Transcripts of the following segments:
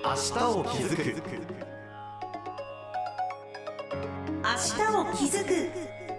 明日を気づく。 明日を気づく。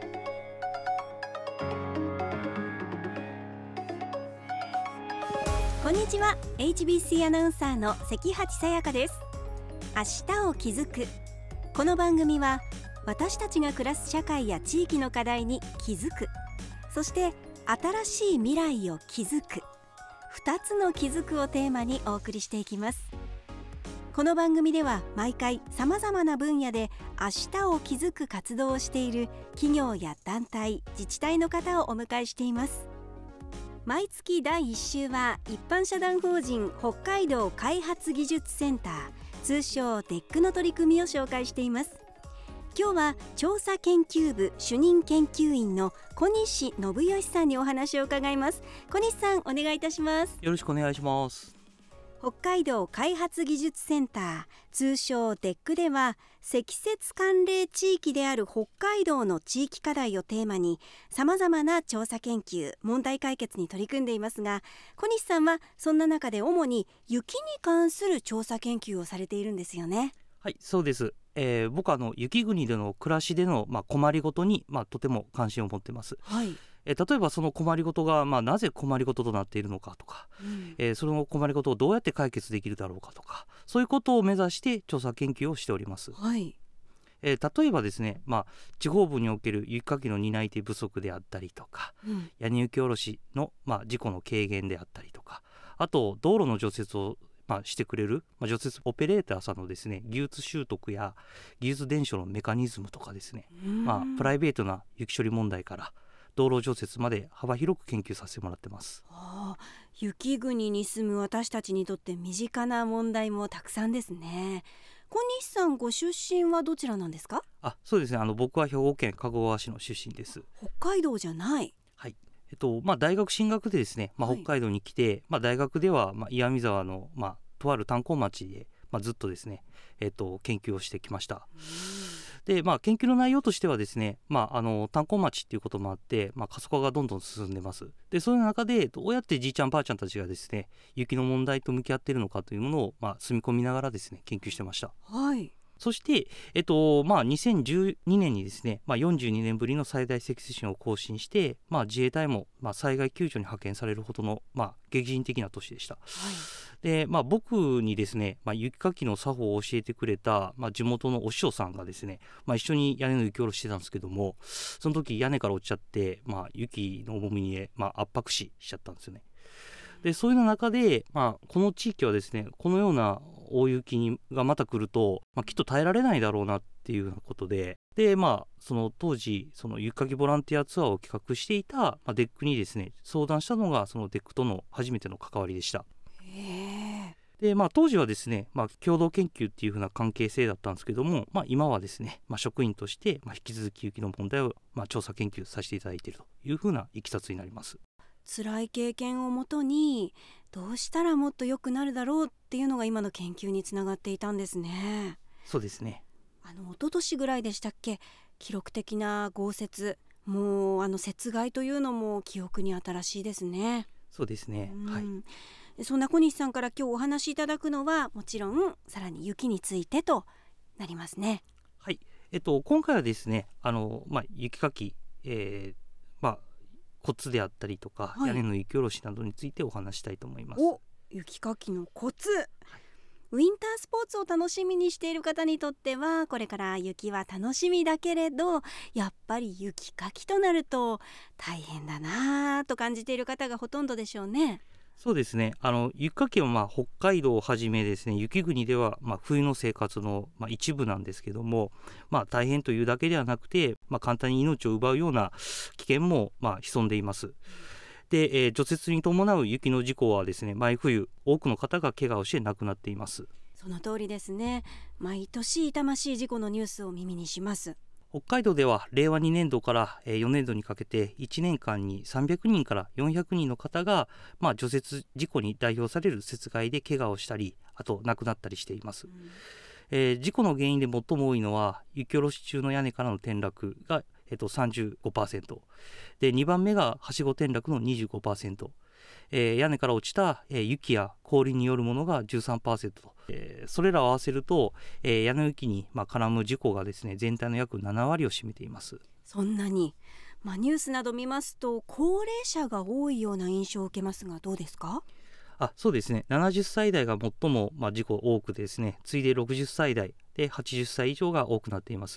こんにちは。 HBC アナウンサーの関八さやかです。明日を気づく。この番組は私たちが暮らす社会や地域の課題に気づく、そして新しい未来を築く、2つの気づくをテーマにお送りしていきます。この番組では毎回さまざまな分野で明日を築く活動をしている企業や団体、自治体の方をお迎えしています。毎月第1週は一般社団法人北海道開発技術センター、通称 DEC の取り組みを紹介しています。今日は調査研究部主任研究員の小西信義さんにお話を伺います。小西さん、お願いいたします。 よろしくお願いします。 北海道開発技術センター、通称 DEC では、積雪寒冷地域である北海道の地域課題をテーマにさまざまな調査研究、問題解決に取り組んでいますが、小西さんはそんな中で主に雪に関する調査研究をされているんですよね。 はい、そうです。僕は雪国での暮らしでの、困りごとに、とても関心を持っています。 はい。 例えばその困りごとが、なぜ困りごととなっているのかとか、その困りごとをどうやって解決できるだろうかとか、そういうことを目指して調査研究をしております。 はい。 例えばですね、地方部における雪かきの担い手不足であったりとか、屋根雪下ろしの、事故の軽減であったりとか、あと道路の除雪をしてくれる、除雪オペレーターさんのですね、技術習得や技術伝承のメカニズムとかですね、プライベートな雪処理問題から道路除雪まで幅広く研究させてもらってます。 雪国に住む私たちにとって身近な問題もたくさんですね。小西さん、ご出身はどちらなんですか？ そうですね、僕は兵庫県加古川市の出身です。 北海道じゃない。 はい。大学進学でですね、北海道に来て、大学では、岩見沢の、とある炭鉱町で、ずっとですね、研究をしてきました。で、研究の内容としてはですね、炭鉱町っていうこともあって、過疎化がどんどん進んでます。で、そういう中でどうやってじいちゃんばあちゃんたちがですね、雪の問題と向き合っているのかというものを、住み込みながらですね、研究してました。 はい。 そして、2012年にですね、42年ぶりの最大積雪深を更新して、自衛隊も、災害救助に派遣されるほどの、激甚的な年でした。 はい。 で、僕にですね、雪かきの作法を教えてくれた、地元のお師匠さんがですね、一緒に屋根の雪下ろししてたんですけども、その時屋根から落ちちゃって、雪の重みに、圧迫死しちゃったんですよね。で、そういう中で、この地域はですね、このような大雪がまた来ると、きっと耐えられないだろうなっていうようなことで、その当時その雪かきボランティアツアーを企画していた、DEC にですね相談したのがその DEC との初めての関わりでした。で、当時はですね、共同研究っていう風な関係性だったんですけども、今はですね、職員として、引き続き雪の問題を、調査研究させていただいているという風ないきさつになります。 辛い経験をもとにどうしたらもっと良くなるだろうっていうのが今の研究につながっていたんですね。 そうですね。 一昨年ぐらいでしたっけ、記録的な豪雪、もう雪害というのも記憶に新しいですね。 そうですね。はい。 そんな小西さんから今日お話しいただくのはもちろんさらに雪についてとなりますね。 はい。今回はですね、雪かき、コツであったりとか、屋根の雪下ろしなどについてお話したいと思います。 雪かきのコツ、ウィンタースポーツを楽しみにしている方にとってはこれから雪は楽しみだけれど、やっぱり雪かきとなると大変だなと感じている方がほとんどでしょうね。 そうですね、雪かきは北海道をはじめですね、雪国では冬の生活の一部なんですけども、大変というだけではなくて、簡単に命を奪うような危険も潜んでいます。で、除雪に伴う雪の事故はですね、毎冬多くの方が怪我をして亡くなっています。 その通りですね。毎年痛ましい事故のニュースを耳にします。 北海道では令和2年度から4年度にかけて1年間に300人から400人の方が、除雪事故に代表される雪害で怪我をしたり、あと亡くなったりしています。事故の原因で最も多いのは雪下ろし中の屋根からの転落が、35%で、2番目がはしご転落の 25%、屋根から落ちた、雪や氷によるものが 13% とそれらを合わせると、屋根雪に、絡む事故がですね、全体の約7割を占めています。 そんなに、ニュースなど見ますと高齢者が多いような印象を受けますが、どうですか？ そうですね、70歳代が最も、事故多くですね、次いで60歳代で80歳以上が多くなっています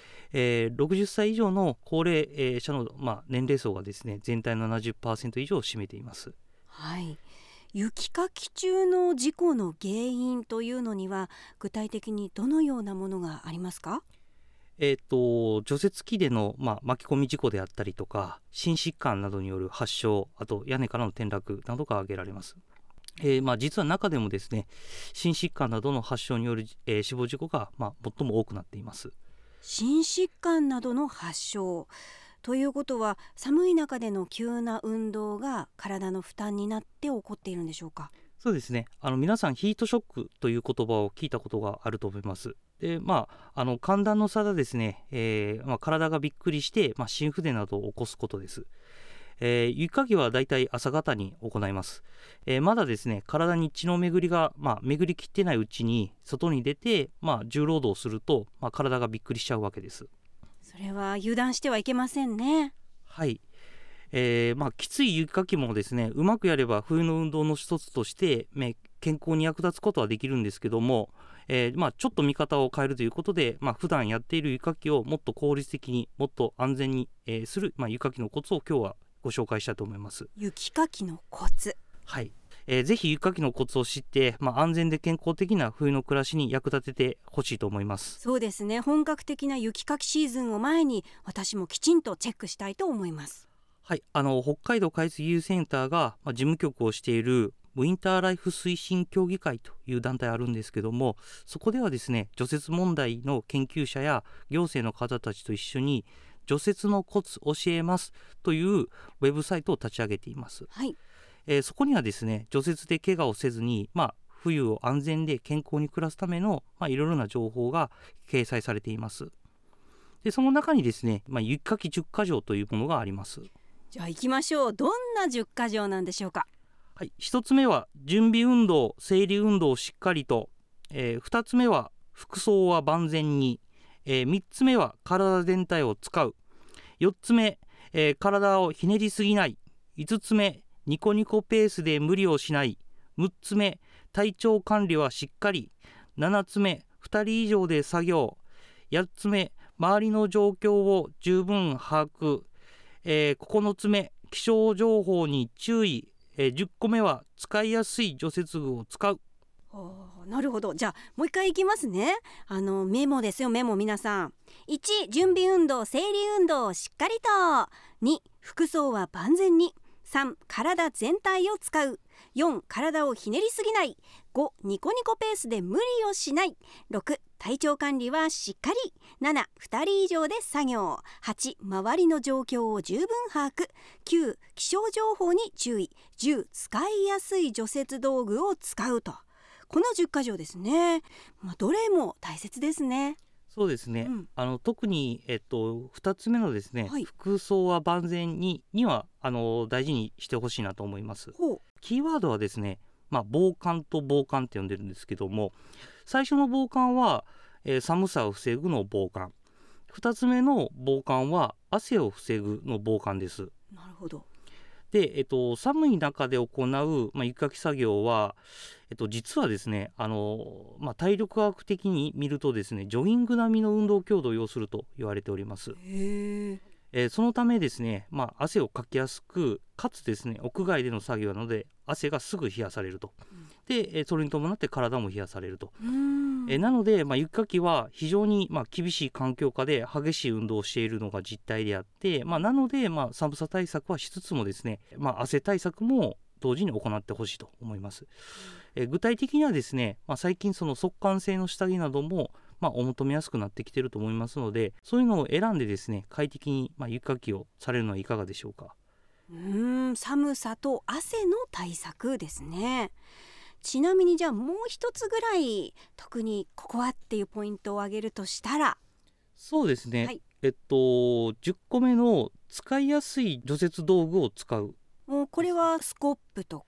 。60歳以上の高齢者の、年齢層がですね、全体の 70% 以上を占めています。 はい、雪かき中の事故の原因というのには具体的にどのようなものがありますか？ 除雪機での、巻き込み事故であったりとか、心疾患などによる発症、あと屋根からの転落などが挙げられます。実は中でもですね、心疾患などの発症による、死亡事故が、最も多くなっています。 心疾患などの発症ということは、寒い中での急な運動が体の負担になって起こっているんでしょうか？ そうですね、皆さんヒートショックという言葉を聞いたことがあると思います。で、寒暖の差がですね、体がびっくりして、心不全などを起こすことです。雪かきはだいたい朝方に行います。まだですね、体に血の巡りが、巡りきってないうちに外に出て、重労働すると、体がびっくりしちゃうわけです。 それは油断してはいけませんね。 はい。きつい雪かきもですね、うまくやれば冬の運動の一つとして、健康に役立つことはできるんですけども、ちょっと見方を変えるということで、普段やっている雪かきをもっと効率的にもっと安全に、する、雪かきのコツを今日はご紹介したいと思います。 雪かきのコツ。 はい。ぜひ雪かきのコツを知って、安全で健康的な冬の暮らしに役立ててほしいと思います。 そうですね、本格的な雪かきシーズンを前に私もきちんとチェックしたいと思います。 はい、北海道海水ユーセンターが、事務局をしているウィンターライフ推進協議会という団体あるんですけども、そこではですね、除雪問題の研究者や行政の方たちと一緒に除雪のコツ教えますというウェブサイトを立ち上げています。 はい、 そこにはですね、除雪で怪我をせずに、冬を安全で健康に暮らすための、いろいろな情報が掲載されています。で、その中にですね、雪かき10か条というものがあります。 じゃあ行きましょう。どんな10か条なんでしょうか？ はい、1つ目は準備運動、整理運動をしっかりと、2つ目は服装は万全に、3つ目は体全体を使う、4つ目、体をひねりすぎない、5つ目ニコニコペースで無理をしない、6つ目体調管理はしっかり、7つ目2人以上で作業、8つ目周りの状況を十分把握、9つ目気象情報に注意、10個目は使いやすい除雪具を使う。 なるほど。じゃあもう一回いきますね。メモですよ、メモ。皆さん、1、準備運動、整理運動をしっかりと。2、服装は万全に。3、体全体を使う。4、体をひねりすぎない。5、ニコニコペースで無理をしない。6、体調管理はしっかり。7、2人以上で作業。8、周りの状況を十分把握。9、気象情報に注意。10、使いやすい除雪道具を使うと。この10か条ですね。どれも大切ですね。 そうですね、特に、2つ目のですね、服装は万全には大事にしてほしいなと思います。キーワードはですね、防寒と防寒って呼んでるんですけども、最初の防寒は、寒さを防ぐの防寒、2つ目の防寒は汗を防ぐの防寒です。 なるほど。 で、寒い中で行う、雪かき作業は、実はですね、体力学的に見るとですね、ジョギング並みの運動強度を要すると言われております。そのためですね、汗をかきやすく、かつですね、屋外での作業なので汗がすぐ冷やされると。で、それに伴って体も冷やされると。なので、雪かきは非常に、厳しい環境下で激しい運動をしているのが実態であって、なので、寒さ対策はしつつもですね、汗対策も同時に行ってほしいと思います。具体的にはですね、最近その速乾性の下着などもお求めやすくなってきていると思いますので、そういうのを選んでですね、快適に雪かきをされるのはいかがでしょうか。 寒さと汗の対策ですね。ちなみにじゃあもう一つぐらい特にここはっていうポイントを挙げるとしたら。 そうですね、10個目の使いやすい除雪道具を使う。 もうこれはスコップとか。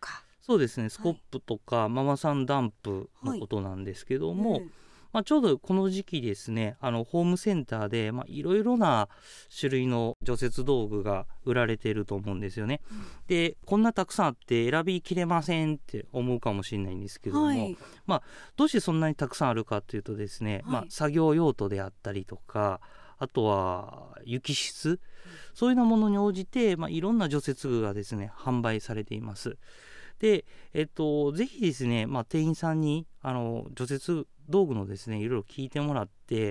そうですね、スコップとかママさんダンプのことなんですけども、ちょうどこの時期ですね、ホームセンターでいろいろな種類の除雪道具が売られていると思うんですよね。で、こんなたくさんあって選びきれませんって思うかもしれないんですけども、どうしてそんなにたくさんあるかというとですね、作業用途であったりとか、あとは雪質、そういうようなものに応じて、いろんな除雪具がですね販売されています。で、ぜひですね、店員さんに除雪道具のですねいろいろ聞いてもらって、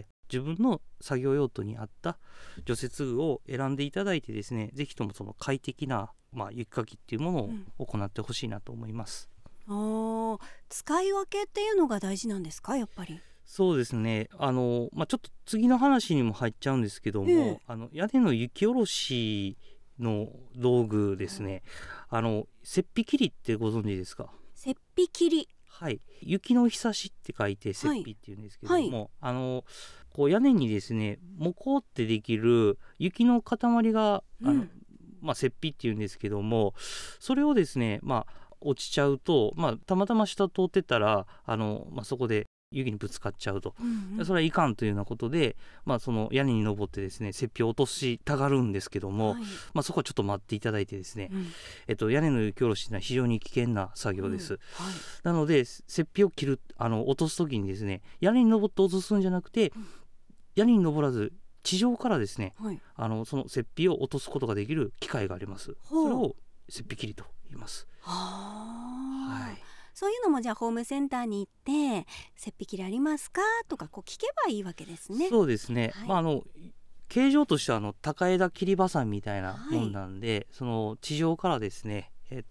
自分の作業用途に合った除雪具を選んでいただいてですね、ぜひともその快適な、雪かきっていうものを行ってほしいなと思います。 使い分けっていうのが大事なんですか、やっぱり。 そうですね、ちょっと次の話にも入っちゃうんですけども、屋根の雪下ろしの道具ですね、雪ぴ切りってご存知ですか？ 雪ぴ切り、 はい、雪のひさしって書いて雪ぴっていうんですけども、こう屋根にですねもこってできる雪の塊が雪ぴっていうんですけども、それをですね落ちちゃうと、たまたま下通ってたらそこで雪にぶつかっちゃうと、それはいかんというようなことで、その屋根に登ってですね雪庇を落としたがるんですけども、そこはちょっと待っていただいてですね、屋根の雪下ろしというのは非常に危険な作業です。なので雪庇を切る落とす時にですね、屋根に登って落とすんじゃなくて、屋根に登らず地上からですね、その雪庇を落とすことができる機械があります。それを雪庇切りと言います。 そういうのもじゃあホームセンターに行って雪ぴ切りありますかとか聞けばいいわけですね。 そうですね、形状としては高枝切りばさみみたいなもんなんで、その地上からですね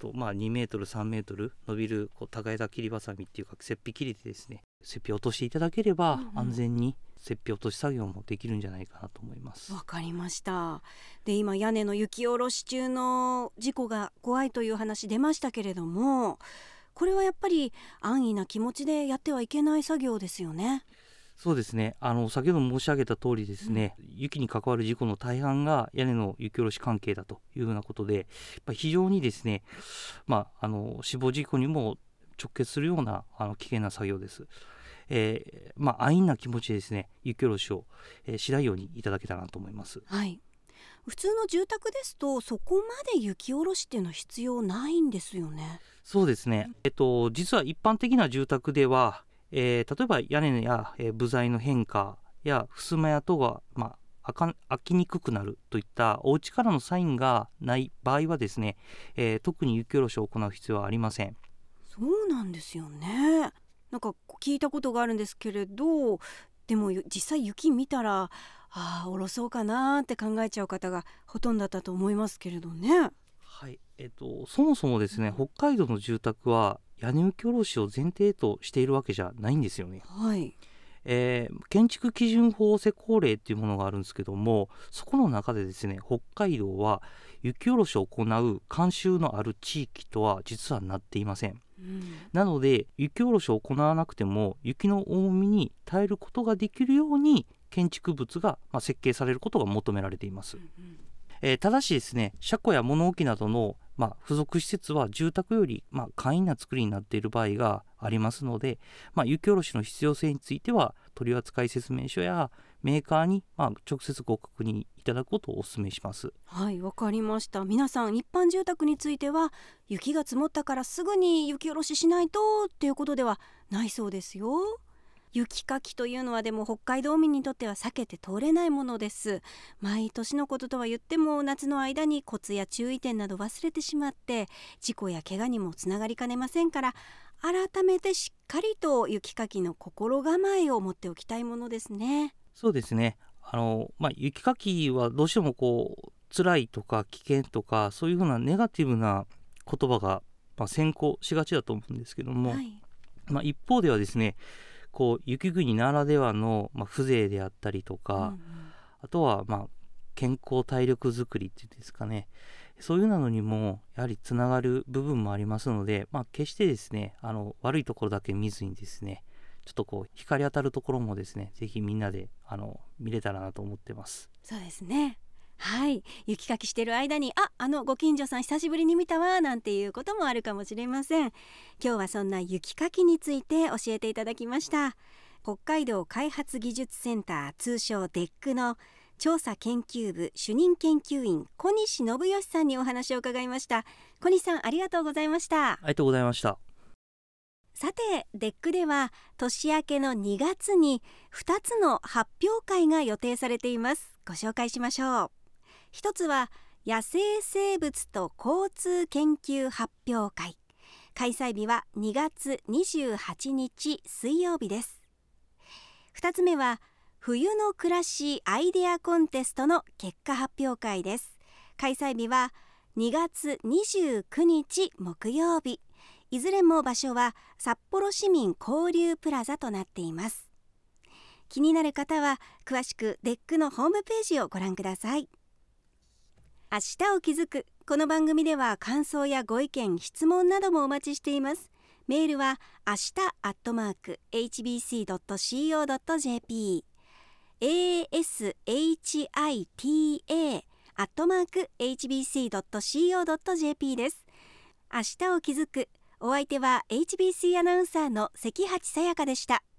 2メートル3メートル伸びる高枝切りばさみっていうか雪ぴ切りでですね雪庇を落としていただければ、安全に雪庇落とし作業もできるんじゃないかなと思います。 わかりました。で、今屋根の雪下ろし中の事故が怖いという話出ましたけれども、これはやっぱり安易な気持ちでやってはいけない作業ですよね。 そうですね、先ほど申し上げた通りですね、雪に関わる事故の大半が屋根の雪下ろし関係だというようなことで、やっぱり非常にですね、死亡事故にも直結するような危険な作業です。安易な気持ちでですね雪下ろしを、しないようにいただけたらなと思います。 普通の住宅ですとそこまで雪下ろしっていうのは必要ないんですよね。 そうですね、実は一般的な住宅では、例えば屋根や、部材の変化や襖や戸が、開きにくくなるといったお家からのサインがない場合はですね、特に雪下ろしを行う必要はありません。 そうなんですよね。なんか聞いたことがあるんですけれど、でも実際雪見たら下ろそうかなって考えちゃう方がほとんどだったと思いますけれどね。 そもそもですね、北海道の住宅は屋根雪下ろしを前提としているわけじゃないんですよね。建築基準法施行令っていうものがあるんですけども、そこの中でですね北海道は雪下ろしを行う慣習のある地域とは実はなっていません。なので雪下ろしを行わなくても雪の重みに耐えることができるように建築物が設計されることが求められています。ただしですね、車庫や物置などの、付属施設は住宅より、簡易な作りになっている場合がありますので、雪下ろしの必要性については取扱説明書やメーカーに、直接ご確認いただくことをお勧めします。 わかりました。皆さん一般住宅については雪が積もったからすぐに雪下ろししないとっていうことではないそうですよ。雪かきというのはでも北海道民にとっては避けて通れないものです。毎年のこととは言っても夏の間にコツや注意点など忘れてしまって事故や怪我にもつながりかねませんから、改めてしっかりと雪かきの心構えを持っておきたいものですね。 そうですね、雪かきはどうしても辛いとか危険とかそういうふうなネガティブな言葉が、先行しがちだと思うんですけども、一方ではですね雪国ならではの、風情であったりとか、あとは、健康体力づくりっていうんですかね、そういうのにもやはりつながる部分もありますので、決してですね悪いところだけ見ずにですね、ちょっと光当たるところもですねぜひみんなで見れたらなと思ってます。 そうですね。 はい、雪かきしてる間にあのご近所さん久しぶりに見たわなんていうこともあるかもしれません。今日はそんな雪かきについて教えていただきました。北海道開発技術センター通称DECの調査研究部主任研究員小西信義さんにお話を伺いました。小西さん、ありがとうございました。 ありがとうございました。 さて、DECでは年明けの2月に2つの発表会が予定されています。ご紹介しましょう。一つは野生生物と交通研究発表会。開催日は2月28日水曜日です。二つ目は冬の暮らしアイデアコンテストの結果発表会です。開催日は2月29日木曜日。いずれも場所は札幌市民交流プラザとなっています。気になる方は詳しくDECのホームページをご覧ください。明日を気づく。この番組では感想やご意見、質問などもお待ちしています。メールは明日@hbc.co.jp ashita@hbc.co.jp です。明日を気づく。お相手は HBC アナウンサーの関八さやかでした。